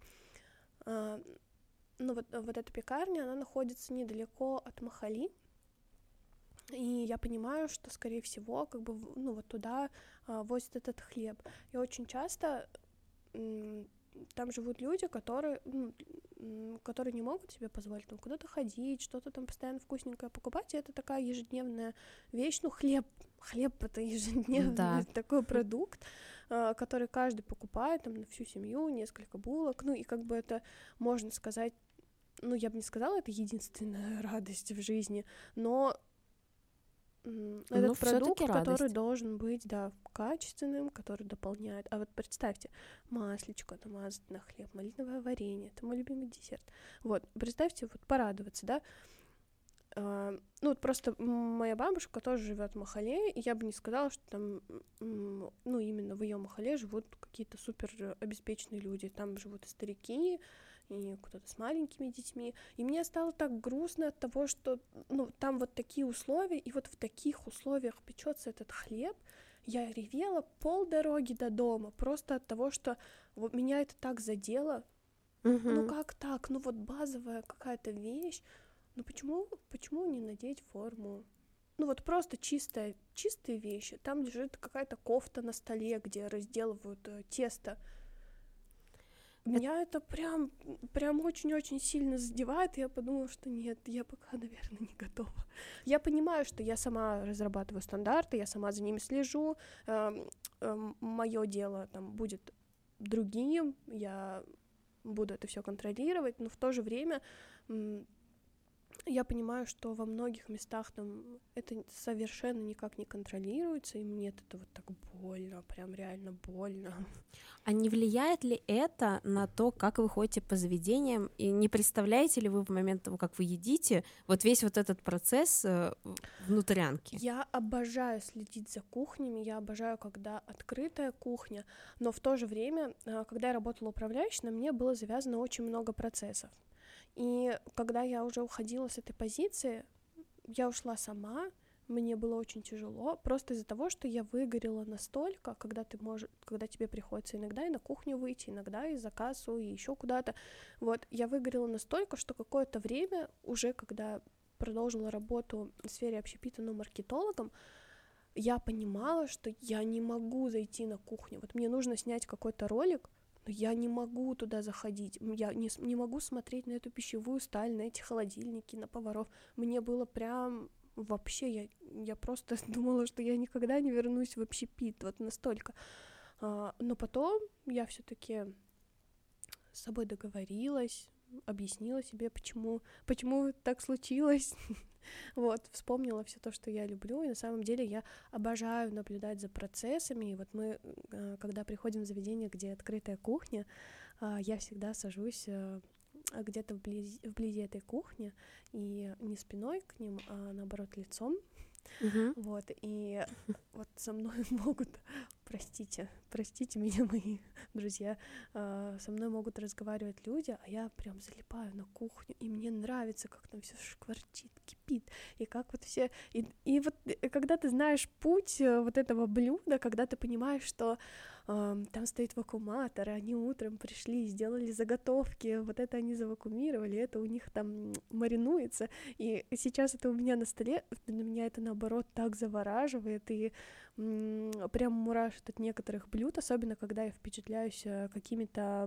вот эта пекарня, она находится недалеко от Махали, и я понимаю, что, скорее всего, вот туда возят этот хлеб. И очень часто там живут люди, которые не могут себе позволить куда-то ходить, что-то там постоянно вкусненькое покупать, и это такая ежедневная вещь. Хлеб это ежедневный такой продукт, который каждый покупает там на всю семью, несколько булок, и это можно сказать, я бы не сказала, это единственная радость в жизни, но этот продукт, который должен быть, да, качественным, который дополняет. А вот представьте, маслечко намазать на хлеб, малиновое варенье, это мой любимый десерт. Вот, представьте, вот порадоваться, да. Ну, вот просто моя бабушка тоже живет в Махале, и я бы не сказала, что там, ну, именно в ее Махале живут какие-то супер обеспеченные люди. Там живут и старики, и кто-то с маленькими детьми. И мне стало так грустно от того, что, ну, там вот такие условия, и вот в таких условиях печется этот хлеб. Я ревела полдороги до дома, просто от того, что вот меня это так задело. Ну, как так? Ну, вот базовая какая-то вещь. Ну почему не надеть форму? Ну вот просто чистые вещи. Там лежит какая-то кофта на столе, где разделывают тесто. Меня это прям очень-очень сильно задевает, и я подумала, что нет, я пока, наверное, не готова. Я понимаю, что я сама разрабатываю стандарты, я сама за ними слежу, мое дело там будет другим, я буду это все контролировать, но в то же время я понимаю, что во многих местах там это совершенно никак не контролируется, и мне это вот так больно, прям реально больно. А не влияет ли это на то, как вы ходите по заведениям, и не представляете ли вы в момент того, как вы едите, вот весь вот этот процесс внутрянки? Я обожаю следить за кухнями, я обожаю, когда открытая кухня, но в то же время, когда я работала управляющей, на мне было завязано очень много процессов. И когда я уже уходила с этой позиции, я ушла сама, мне было очень тяжело, просто из-за того, что я выгорела настолько, когда тебе приходится иногда и на кухню выйти, иногда и за кассу, и еще куда-то. Вот, я выгорела настолько, что какое-то время, уже когда продолжила работу в сфере общепита, но маркетологом, я понимала, что я не могу зайти на кухню. Вот мне нужно снять какой-то ролик, но я не могу туда заходить, я не могу смотреть на эту пищевую сталь, на эти холодильники, на поваров. Мне было прям вообще, я просто думала, что я никогда не вернусь в общепит, вот настолько. Но потом я все-таки с собой договорилась, объяснила себе, почему так случилось. Вот, вспомнила все то, что я люблю, и на самом деле я обожаю наблюдать за процессами, и вот мы, когда приходим в заведение, где открытая кухня, я всегда сажусь где-то вблизи этой кухни, и не спиной к ним, а наоборот лицом, вот, и вот со мной могут, простите меня, мои друзья, со мной могут разговаривать люди, а я прям залипаю на кухню, и мне нравится, как там все шкварчит, кипит, и как вот все, и вот когда ты знаешь путь вот этого блюда, когда ты понимаешь, что там стоит вакууматор, и они утром пришли, сделали заготовки, вот это они завакуумировали, это у них там маринуется, и сейчас это у меня на столе, на меня это наоборот так завораживает, и прям мурашит от некоторых блюд, особенно когда я впечатляюсь каким-то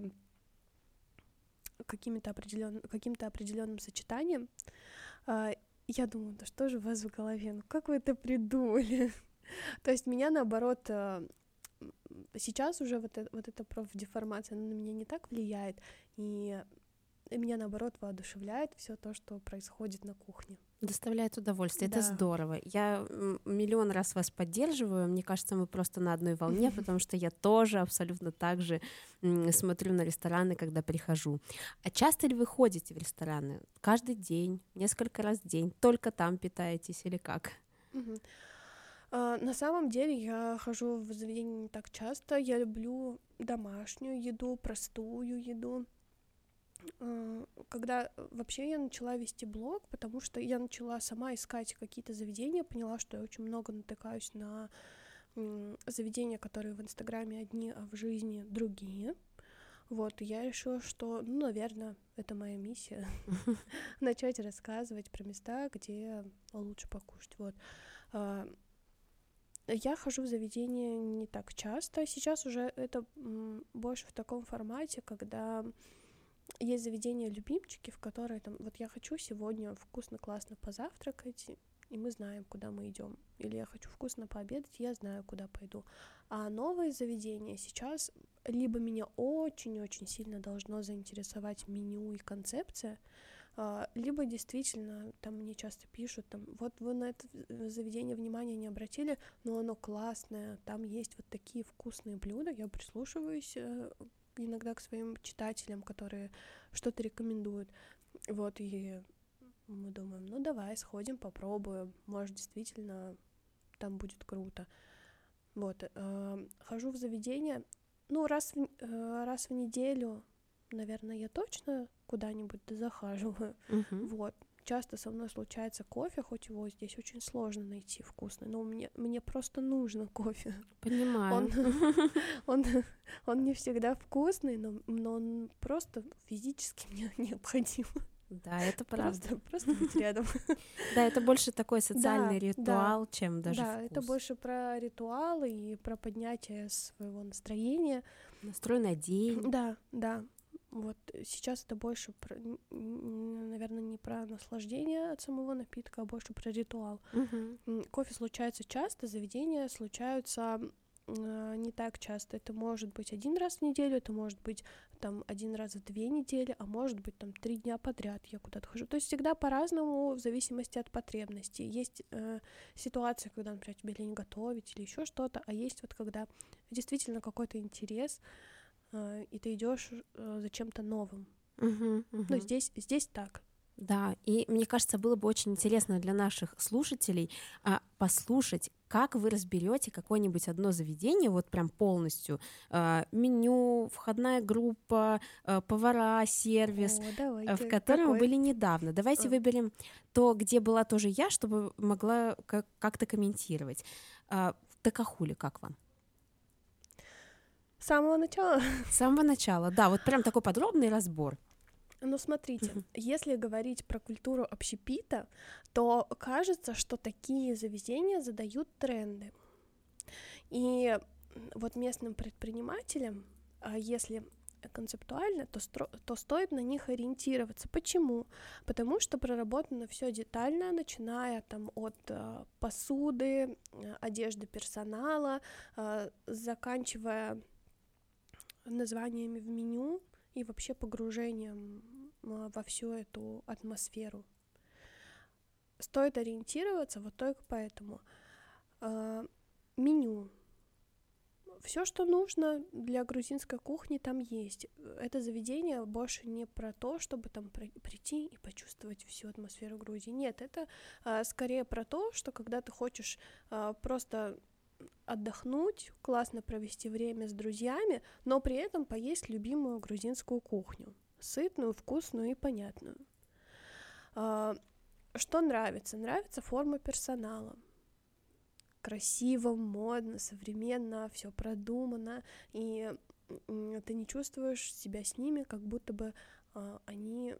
определенным сочетанием. Я думаю, да что же у вас в голове, ну как вы это придумали? То есть меня наоборот сейчас уже вот эта профдеформация, она на меня не так влияет, и меня наоборот воодушевляет все то, что происходит на кухне. Доставляет удовольствие, Да. это здорово. Я миллион раз вас поддерживаю, мне кажется, мы просто на одной волне, потому что я тоже абсолютно так же смотрю на рестораны, когда прихожу. А часто ли вы ходите в рестораны? Каждый день, несколько раз в день, только там питаетесь или как? На самом деле я хожу в заведение не так часто, я люблю домашнюю еду, простую еду. Когда вообще я начала вести блог, потому что я начала сама искать какие-то заведения, поняла, что я очень много натыкаюсь на заведения, которые в Инстаграме одни, а в жизни другие. Вот, и я решила, что, ну, наверное, это моя миссия — начать рассказывать про места, где лучше покушать. Вот. Я хожу в заведение не так часто. Сейчас уже это больше в таком формате, когда есть заведения-любимчики, в которые там, вот я хочу сегодня вкусно, классно позавтракать, и мы знаем, куда мы идем. Или я хочу вкусно пообедать, я знаю, куда пойду. А новые заведения сейчас либо меня очень-очень сильно должно заинтересовать меню и концепция, Либо действительно, там мне часто пишут, там, вот вы на это заведение внимания не обратили, но оно классное, там есть вот такие вкусные блюда, я прислушиваюсь иногда к своим читателям, которые что-то рекомендуют, вот, и мы думаем, ну давай сходим, попробуем, может, действительно там будет круто. Вот, хожу в заведение, ну, раз в неделю, наверное, я точно куда-нибудь захаживаю. Вот. Часто со мной случается кофе, хоть его здесь очень сложно найти вкусный, но мне просто нужно кофе. Понимаю. Он не всегда вкусный, но он просто физически мне необходим. Да, это правда. Просто быть рядом. Да, это больше такой социальный ритуал, чем даже вкус. Да, это больше про ритуалы и про поднятие своего настроения. Настрой на день. Да. Вот сейчас это больше, наверное, не про наслаждение от самого напитка, а больше про ритуал. Кофе случается часто, заведения случаются не так часто. Это может быть 1 раз в неделю, это может быть там 1 раз в 2 недели, а может быть там 3 дня подряд я куда-то хожу. То есть всегда по-разному, в зависимости от потребностей. Есть ситуации, когда, например, тебе лень готовить или еще что-то, а есть вот когда действительно какой-то интерес, и ты идешь за чем-то новым. Ну, здесь так. Да, и мне кажется, было бы очень интересно для наших слушателей послушать, как вы разберете какое-нибудь одно заведение, вот прям полностью, меню, входная группа, повара, сервис, в котором вы были недавно. Давайте выберем то, где была тоже я, чтобы могла как-то комментировать. Такахули, как вам? С самого начала? С самого начала, да, вот прям такой подробный разбор. Ну, смотрите, если говорить про культуру общепита, то кажется, что такие заведения задают тренды. И вот местным предпринимателям, если концептуально, то стоит на них ориентироваться. Почему? Потому что проработано все детально, начиная там от посуды, одежды персонала, заканчивая названиями в меню и вообще погружением во всю эту атмосферу. Стоит ориентироваться вот только поэтому. Меню. Все, что нужно для грузинской кухни, там есть. Это заведение больше не про то, чтобы там прийти и почувствовать всю атмосферу Грузии. Нет, это скорее про то, что когда ты хочешь просто отдохнуть, классно провести время с друзьями, но при этом поесть любимую грузинскую кухню. Сытную, вкусную и понятную. Что нравится? Нравится форма персонала. Красиво, модно, современно, все продумано, и ты не чувствуешь себя с ними, как будто бы они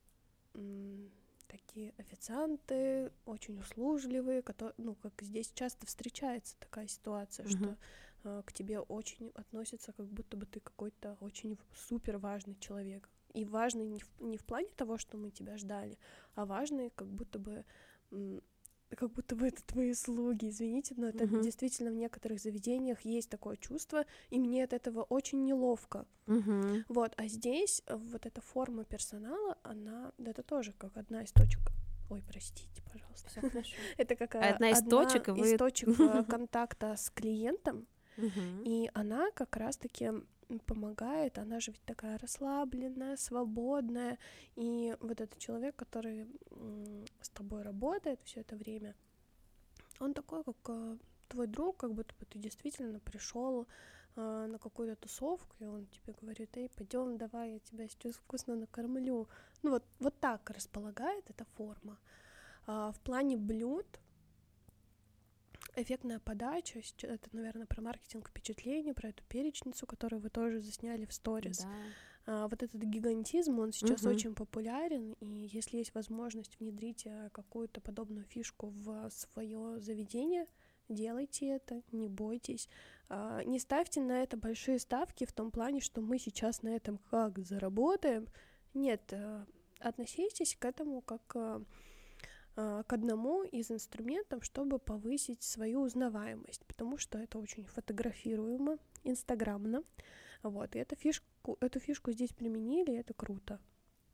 такие официанты, очень услужливые, ну, как здесь часто встречается такая ситуация, что к тебе очень относятся, как будто бы ты какой-то очень супер важный человек. И важный не в плане того, что мы тебя ждали, а важный, как будто бы это твои слуги, извините, но это действительно в некоторых заведениях есть такое чувство, и мне от этого очень неловко. Вот, а здесь вот эта форма персонала, это тоже как одна из точек. Ой, простите, пожалуйста. Всё хорошо. Это как одна из точек, контакта с клиентом, и она как раз-таки помогает, она же ведь такая расслабленная, свободная, и вот этот человек, который с тобой работает все это время, он такой, как твой друг, как будто бы ты действительно пришел на какую-то тусовку, и он тебе говорит: эй, пойдем, давай, я тебя сейчас вкусно накормлю. Ну вот так располагает эта форма. В плане блюд эффектная подача, это, наверное, про маркетинг впечатлений, про эту перечницу, которую вы тоже засняли в сторис. Да. Вот этот гигантизм, он сейчас очень популярен, и если есть возможность внедрить какую-то подобную фишку в свое заведение, делайте это, не бойтесь. Не ставьте на это большие ставки в том плане, что мы сейчас на этом как заработаем. Нет, относитесь к этому как к одному из инструментов, чтобы повысить свою узнаваемость, потому что это очень фотографируемо, инстаграмно. Вот, и эту фишку здесь применили, и это круто.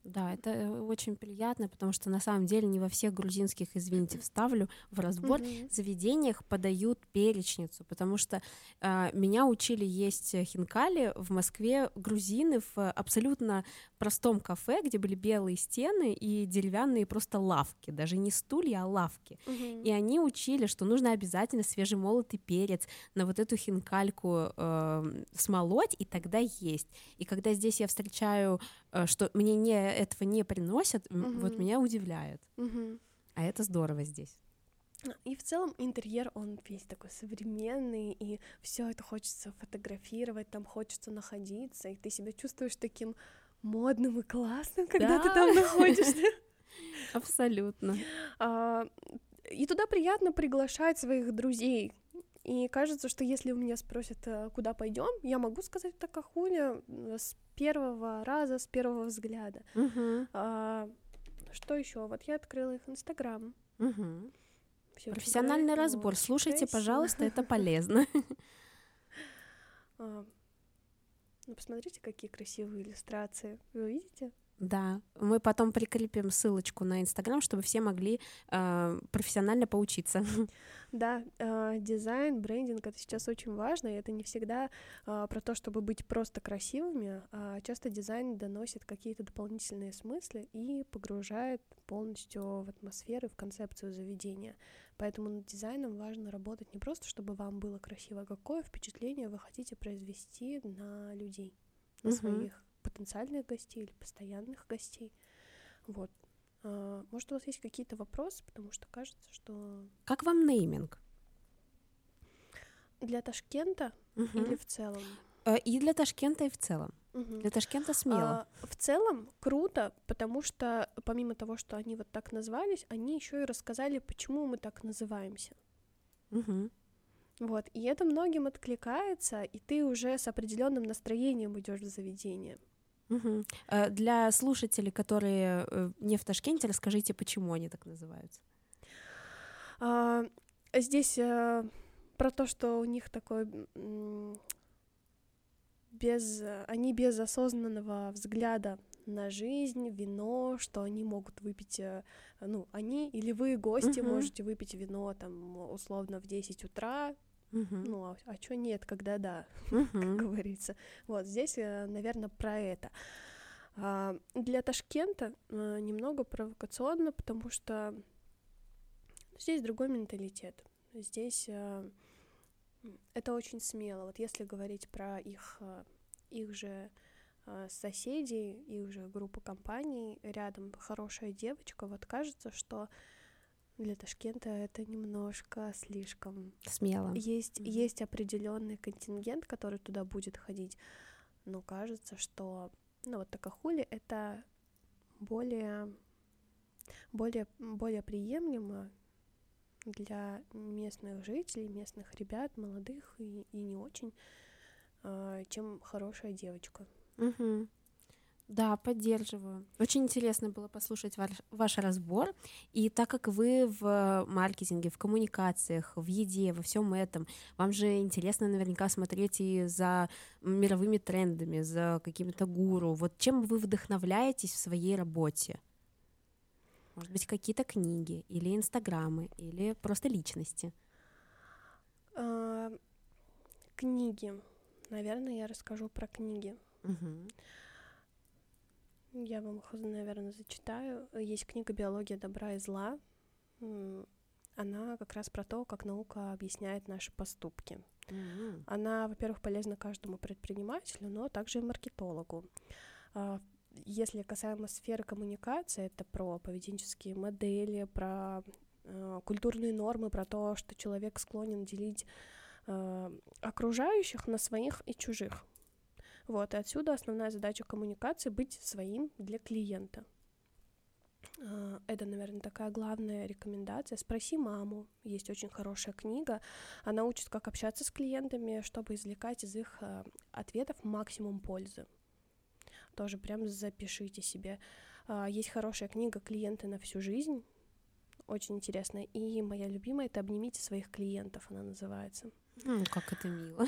Да, это очень приятно, потому что на самом деле не во всех грузинских, извините, вставлю в разбор, заведениях подают перечницу, потому что меня учили есть хинкали в Москве грузины в абсолютно простом кафе, где были белые стены и деревянные просто лавки, даже не стулья, а лавки. И они учили, что нужно обязательно свежемолотый перец на вот эту хинкальку смолоть и тогда есть. И когда здесь я встречаю, что мне этого не приносят, вот меня удивляет. А это здорово здесь. И в целом интерьер, он весь такой современный, и все это хочется фотографировать, там хочется находиться, и ты себя чувствуешь таким модным и классным, когда ты там находишься. Абсолютно. И туда приятно приглашать своих друзей. И кажется, что если у меня спросят, куда пойдем, я могу сказать так, Ахуля, с первого раза, с первого взгляда. Что еще? Вот я открыла их Инстаграм. Профессиональный разбор. Слушайте, пожалуйста, это полезно. Ну, посмотрите, какие красивые иллюстрации. Вы видите? Да, мы потом прикрепим ссылочку на Инстаграм, чтобы все могли профессионально поучиться. Да, дизайн, брендинг — это сейчас очень важно, и это не всегда про то, чтобы быть просто красивыми, а часто дизайн доносит какие-то дополнительные смыслы и погружает полностью в атмосферу, в концепцию заведения. Поэтому над дизайном важно работать не просто, чтобы вам было красиво, а какое впечатление вы хотите произвести на людей, на своих потенциальных гостей или постоянных гостей. Вот. Может, у вас есть какие-то вопросы, потому что кажется, что... Как вам нейминг? Для Ташкента или в целом? И для Ташкента, и в целом. Для Ташкента смело. В целом круто, потому что помимо того, что они вот так назвались, они еще и рассказали, почему мы так называемся. Вот. И это многим откликается, и ты уже с определенным настроением идешь в заведение. Для слушателей, которые не в Ташкенте, расскажите, почему они так называются. Здесь про то, что у них такой они без осознанного взгляда на жизнь, вино, что они могут выпить, они или вы, гости, можете выпить вино там условно в 10 утра. Ну, а чё нет, когда да, как говорится. Вот, здесь, наверное, про это. Для Ташкента немного провокационно, потому что здесь другой менталитет. Здесь это очень смело. Вот если говорить про их же соседей, их же группу компаний, рядом хорошая девочка, вот кажется, что для Ташкента это немножко слишком смело. Есть определенный контингент, который туда будет ходить, но кажется, что вот Такахули это более приемлемо для местных жителей, местных ребят, молодых и не очень, чем хорошая девочка. Да, поддерживаю. Очень интересно было послушать ваш разбор. И так как вы в маркетинге, в коммуникациях, в еде, во всем этом, вам же интересно наверняка смотреть и за мировыми трендами, за какими-то гуру. Вот чем вы вдохновляетесь в своей работе? Может быть, какие-то книги или инстаграмы, или просто личности? Книги. Наверное, я расскажу про книги. Я вам их, наверное, зачитаю. Есть книга «Биология добра и зла». Она как раз про то, как наука объясняет наши поступки. Она, во-первых, полезна каждому предпринимателю, но также и маркетологу. Если касаемо сферы коммуникации, это про поведенческие модели, про культурные нормы, про то, что человек склонен делить окружающих на своих и чужих. Вот, и отсюда основная задача коммуникации — быть своим для клиента. Это, наверное, такая главная рекомендация. «Спроси маму». Есть очень хорошая книга. Она учит, как общаться с клиентами, чтобы извлекать из их ответов максимум пользы. Тоже прям запишите себе. Есть хорошая книга «Клиенты на всю жизнь». Очень интересная. И моя любимая — это «Обнимите своих клиентов», она называется. Как это мило.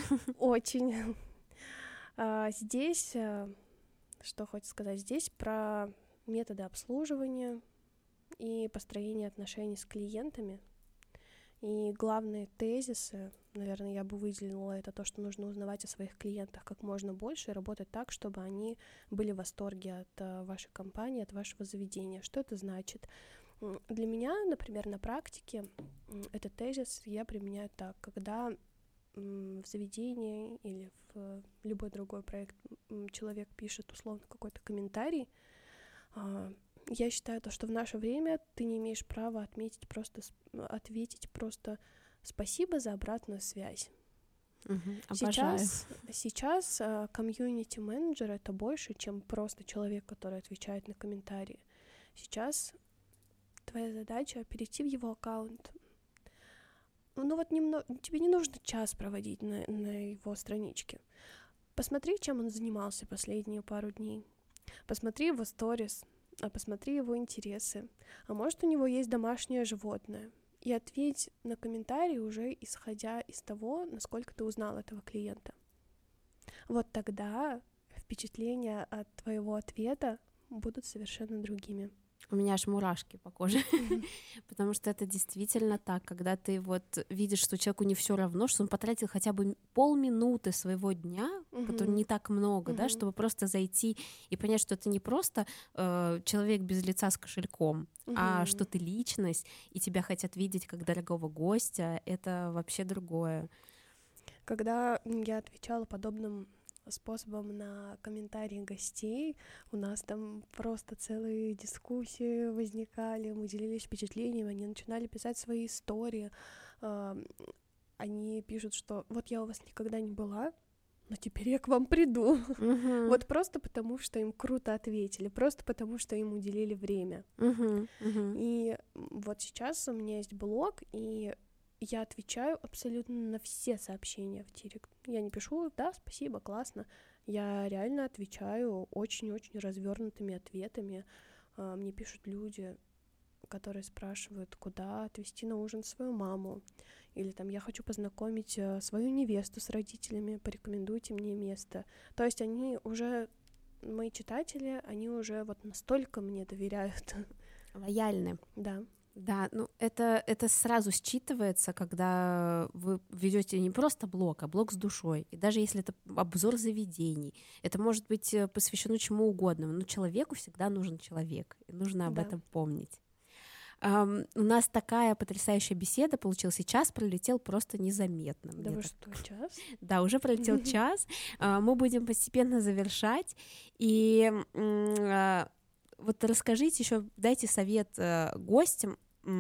Очень. Здесь, что хочется сказать, здесь про методы обслуживания и построение отношений с клиентами. И главные тезисы, наверное, я бы выделила, это то, что нужно узнавать о своих клиентах как можно больше и работать так, чтобы они были в восторге от вашей компании, от вашего заведения. Что это значит? Для меня, например, на практике этот тезис я применяю так, когда в заведении или в любой другой проект человек пишет условно какой-то комментарий, я считаю, что в наше время ты не имеешь права ответить просто спасибо за обратную связь. Сейчас комьюнити-менеджер — это больше, чем просто человек, который отвечает на комментарии. Сейчас твоя задача — перейти в его аккаунт. Тебе не нужно час проводить на его страничке. Посмотри, чем он занимался последние пару дней. Посмотри его сторис, посмотри его интересы. А может, у него есть домашнее животное. И ответь на комментарии уже исходя из того, насколько ты узнал этого клиента. Вот тогда впечатления от твоего ответа будут совершенно другими. У меня аж мурашки по коже, потому что это действительно так, когда ты вот видишь, что человеку не все равно, что он потратил хотя бы полминуты своего дня, который не так много, да, чтобы просто зайти и понять, что это не просто человек без лица с кошельком, а что ты личность, и тебя хотят видеть как дорогого гостя, это вообще другое. Когда я отвечала подобным способом на комментарии гостей, у нас там просто целые дискуссии возникали, мы делились впечатлениями, они начинали писать свои истории, они пишут, что вот я у вас никогда не была, но теперь я к вам приду. Вот просто потому, что им круто ответили, просто потому, что им уделили время. И вот сейчас у меня есть блог, и я отвечаю абсолютно на все сообщения в директ. Я не пишу «да, спасибо, классно». Я реально отвечаю очень-очень развернутыми ответами. Мне пишут люди, которые спрашивают, куда отвезти на ужин свою маму. Или там «я хочу познакомить свою невесту с родителями, порекомендуйте мне место». То есть они уже, мои читатели, они уже вот настолько мне доверяют. Лояльны. Да. Да, ну это сразу считывается, когда вы ведете не просто блог, а блог с душой. И даже если это обзор заведений, это может быть посвящено чему угодно, но человеку всегда нужен человек, и нужно об этом помнить. У нас такая потрясающая беседа получилась, и час пролетел просто незаметно. Да вы что, час? Да, уже пролетел час. Мы будем постепенно завершать, и вот расскажите еще, дайте совет гостям,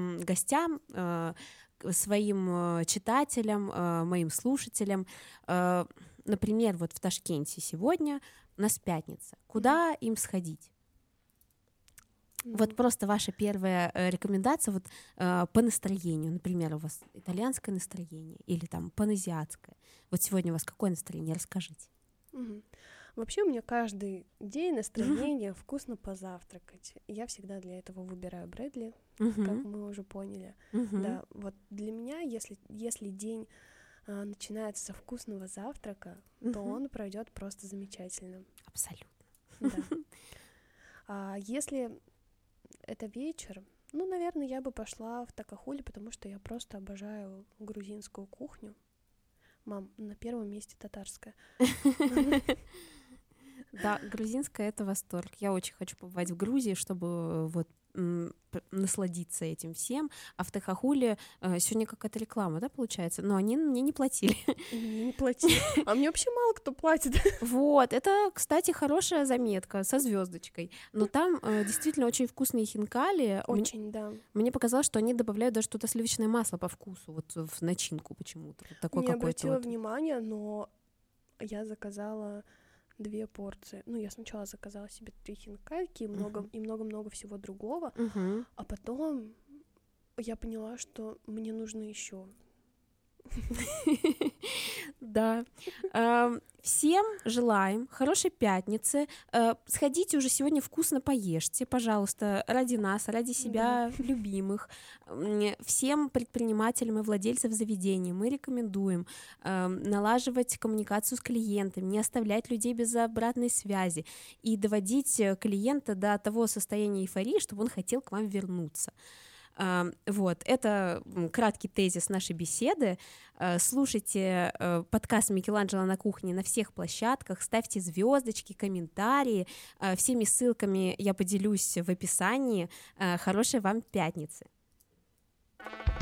своим читателям, моим слушателям. Например, вот в Ташкенте сегодня у нас пятница. Куда им сходить? Вот просто ваша первая рекомендация вот, по настроению. Например, у вас итальянское настроение или там паназиатское. Вот сегодня у вас какое настроение? Расскажите. Вообще у меня каждый день настроение вкусно позавтракать. Я всегда для этого выбираю Брэдли, как мы уже поняли. Да, вот для меня, если день начинается со вкусного завтрака, то он пройдет просто замечательно. Абсолютно. Да. А если это вечер, ну, наверное, я бы пошла в Такахули, потому что я просто обожаю грузинскую кухню. Мам, на первом месте татарская. Да, грузинская — это восторг. Я очень хочу побывать в Грузии, чтобы вот насладиться этим всем. А в Такахуле сегодня какая-то реклама, да, получается? Но они мне не платили. Мне не платили. А мне вообще мало кто платит. Вот, это, кстати, хорошая заметка со звездочкой. Но там действительно очень вкусные хинкали. Очень, да. Мне показалось, что они добавляют даже что-то сливочное масло по вкусу, вот в начинку почему-то. Вот такой не какой-то обратила вот. внимания, но я заказала 2 порции. Ну, я сначала заказала себе 3 хинкальки и много-много всего другого, а потом я поняла, что мне нужно еще. Да. Всем желаем хорошей пятницы. Сходите уже сегодня вкусно поешьте, пожалуйста, ради нас, ради себя любимых. Всем предпринимателям и владельцам заведений мы рекомендуем налаживать коммуникацию с клиентами, не оставлять людей без обратной связи и доводить клиента до того состояния эйфории, чтобы он хотел к вам вернуться. Вот, это краткий тезис нашей беседы. Слушайте подкаст «Микеланджело на кухне» на всех площадках, ставьте звездочки, комментарии. Всеми ссылками я поделюсь в описании. Хорошей вам пятницы!